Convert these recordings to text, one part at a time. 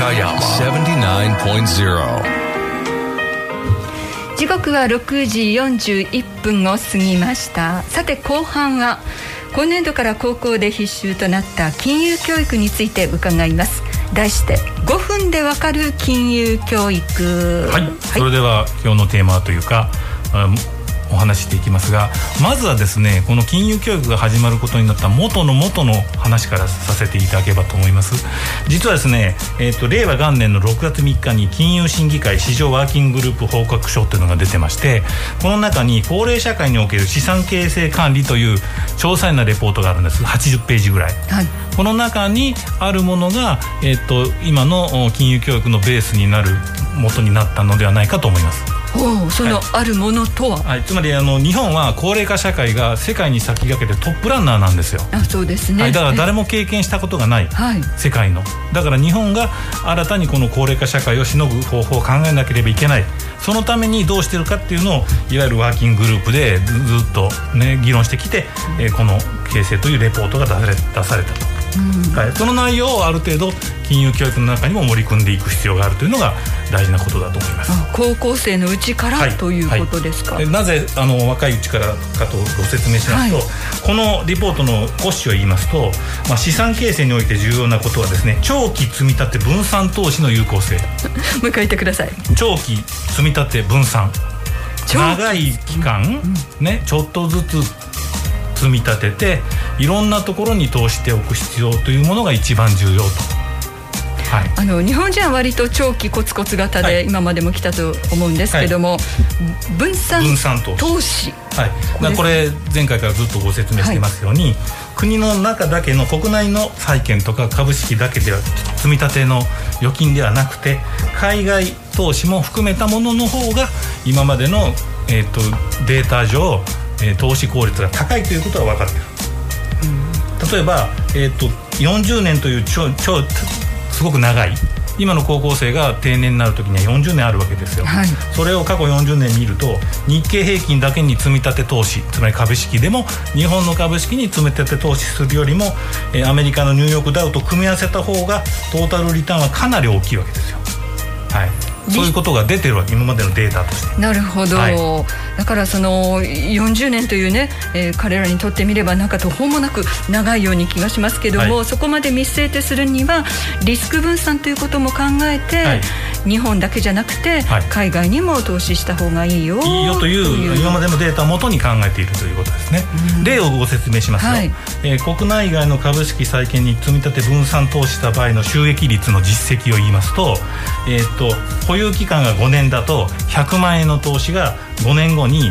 Takayama 79.0。 時刻は6時41分を過ぎました。さて後半は今年度から高校で必修となった金融教育について伺います。題して5分でわかる金融教育。 はい、それでは今日のテーマというかお話していきますが、まずはですね、この金融教育が始まることになった元の話からさせていただければと思います。実はですね、令和元年の6月3日に金融審議会市場ワーキンググループ報告書というのが出てまして、この中に高齢社会における資産形成管理という詳細なレポートがあるんです。80ページぐらい、はい、この中にあるものが、今の金融教育のベースになる元になったのではないかと思います。 そのあるものとは、 はい、つまり日本は高齢化社会が世界に先駆けてトップランナーなんですよ。 そうですね、 はい、だから誰も経験したことがない、世界のだから日本が新たにこの高齢化社会をしのぐ方法を考えなければいけない。そのためにどうしてるかっていうのをいわゆるワーキンググループでずっと、議論してきて、この形成というレポートが出されたと。はい、その内容をある程度金融教育の中にも盛り込んでいく必要があるというのが大事なことだと思います。 高校生のうちから、ということですか。 なぜ若いうちからかとご説明しますと、このリポートの骨子を言いますと、資産形成において重要なことはですね、長期積立分散投資の有効性。もう一回言ってください。 長期積立分散、長い期間、ちょっとずつ積み立てていろんなところに投資しておく必要というものが一番重要と。 日本人は割と長期コツコツ型で今までも来たと思うんですけども、分散投資、 これ前回からずっとご説明してますように、国の中だけの国内の債券とか株式だけでは積み立ての預金ではなくて、海外投資も含めたものの方が今までの、データ上投資効率が高いということは分かっている。例えば、40年というすごく長い、今の高校生が定年になるときには40年あるわけですよ。それを過去40年見ると、日経平均だけに積み立て投資、つまり株式でも日本の株式に積み立て投資するよりも、アメリカのニューヨークダウと組み合わせた方がトータルリターンはかなり大きいわけですよ。そういうことが出てるわけ、今までのデータとして。 なるほど、だからその40年というね、彼らにとってみればなんか途方もなく長いように気がしますけども、そこまで見据えてするにはリスク分散ということも考えて、日本だけじゃなくて、海外にも投資した方がいいよという今までのデータをもとに考えているということですね。例をご説明しますよ。国内外の株式債券に積み立て分散投資した場合の収益率の実績を言いますと、保有期間が5年だと100万円の投資が5年後に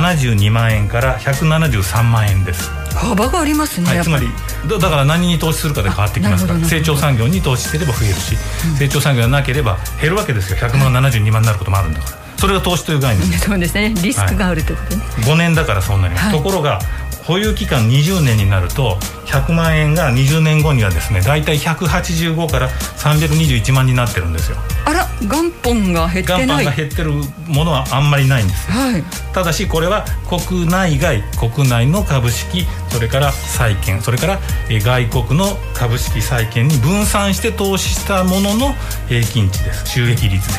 72万円から173万円です。 幅がありますね。 つまりだから何に投資するかで変わってきますから、成長産業に投資すれば増えるし、成長産業がなければ減るわけですよ。100万が72万になることもあるんだから、それが投資という概念です。 そうですね、リスクがあるということね。 5年だからそうなります。ところが保有期間20年になると100万円が20年後にはですね、だいたい185から321万になってるんですよ。 あら、元本が減ってない。元本が減ってるものはあんまりないんですよ。ただしこれは国内外、国内の株式、それから債券、それから外国の株式債券に分散して投資したものの平均値です。収益率です。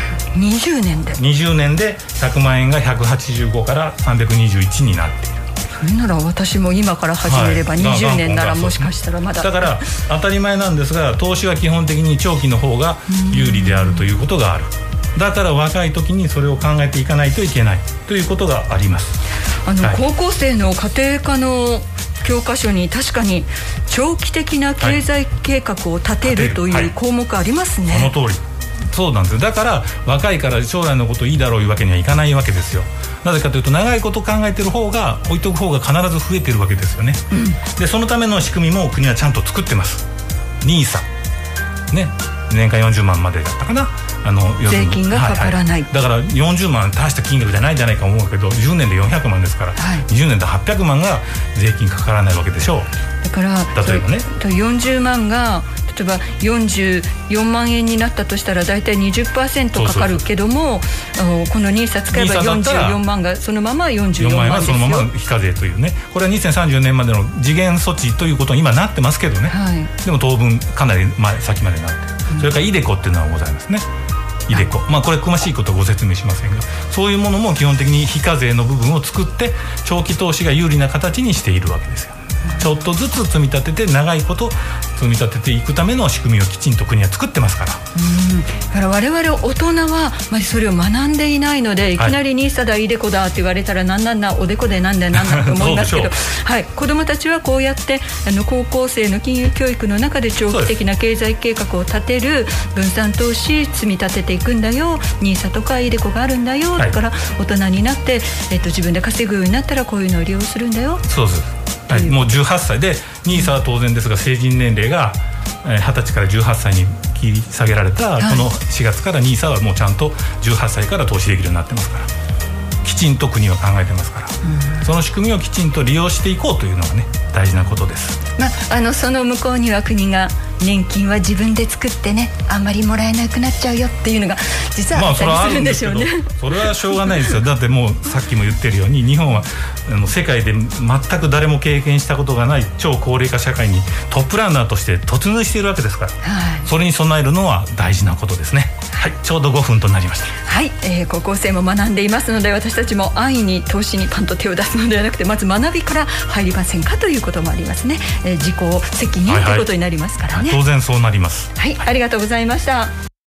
20 年で100万円が185から321になっている。 それなら私も今から始めれば20年ならもしかしたらまだ。 だから当たり前なんですが、投資は基本的に長期の方が有利であるということがある。だから若い時にそれを考えていかないといけないということがあります。 高校生の家庭科の教科書に確かに長期的な経済計画を立てるという項目ありますね。 その通り、そうなんですよ。だから若いから将来のこといいだろういうわけにはいかないわけですよ。なぜかというと、長いこと考えてる方が、置いとく方が必ず増えてるわけですよね。でそのための仕組みも国はちゃんと作ってます。NISA、年間40万までだったかな、 税金がかからない、 だから40万大した金額じゃないんじゃないか思うけど、10年で400万ですから、20年で800万が税金かからないわけでしょう。 だから例えばね、40万が例えば44万円になったとしたらだいたい 20% かかるけども、この NISA 使えば44万がそのまま44万ですよ。4万円はそのまま非課税というね、これは2034年までの時限措置ということに今なってますけどね、でも当分かなり先までなってる。 それからイデコっていうのはございますね。イデコ、これ詳しいことはご説明しませんが、そういうものも基本的に非課税の部分を作って長期投資が有利な形にしているわけですよ。ちょっとずつ積み立てて長いこと積み立てていくための仕組みをきちんと国は作ってますから。 だから我々大人はそれを学んでいないので、いきなりNISAだイデコだって言われたらなんおでこでなんだと思いますけど子どもたちはこうやって高校生の金融教育の中で長期的な経済計画を立てる、分散投資積み立てていくんだよ、NISAとかイデコがあるんだよ、だから大人になって、自分で稼ぐようになったらこういうのを利用するんだよ。 そうです、もう18歳で NISA は当然ですが、成人年齢が20歳から18歳に切り下げられたこの4月から NISA はもうちゃんと18歳から投資できるようになってますから、きちんと国は考えてますから、その仕組みをきちんと利用していこうというのがね、大事なことです。 その向こうには国が年金は自分で作ってね、あんまりもらえなくなっちゃうよっていうのが実はあったりするんでしょうね。 それはしょうがないですよ。だってもうさっきも言ってるように、日本は世界で全く誰も経験したことがない超高齢化社会にトップランナーとして突入しているわけですから、それに備えるのは大事なことですね。ちょうど5分となりました。 高校生も学んでいますので、私たちも安易に投資にパンと手を出すのではなくて、まず学びから入りませんかということもありますね。自己責任ということになりますからね。 当然そうなります。 ありがとうございました。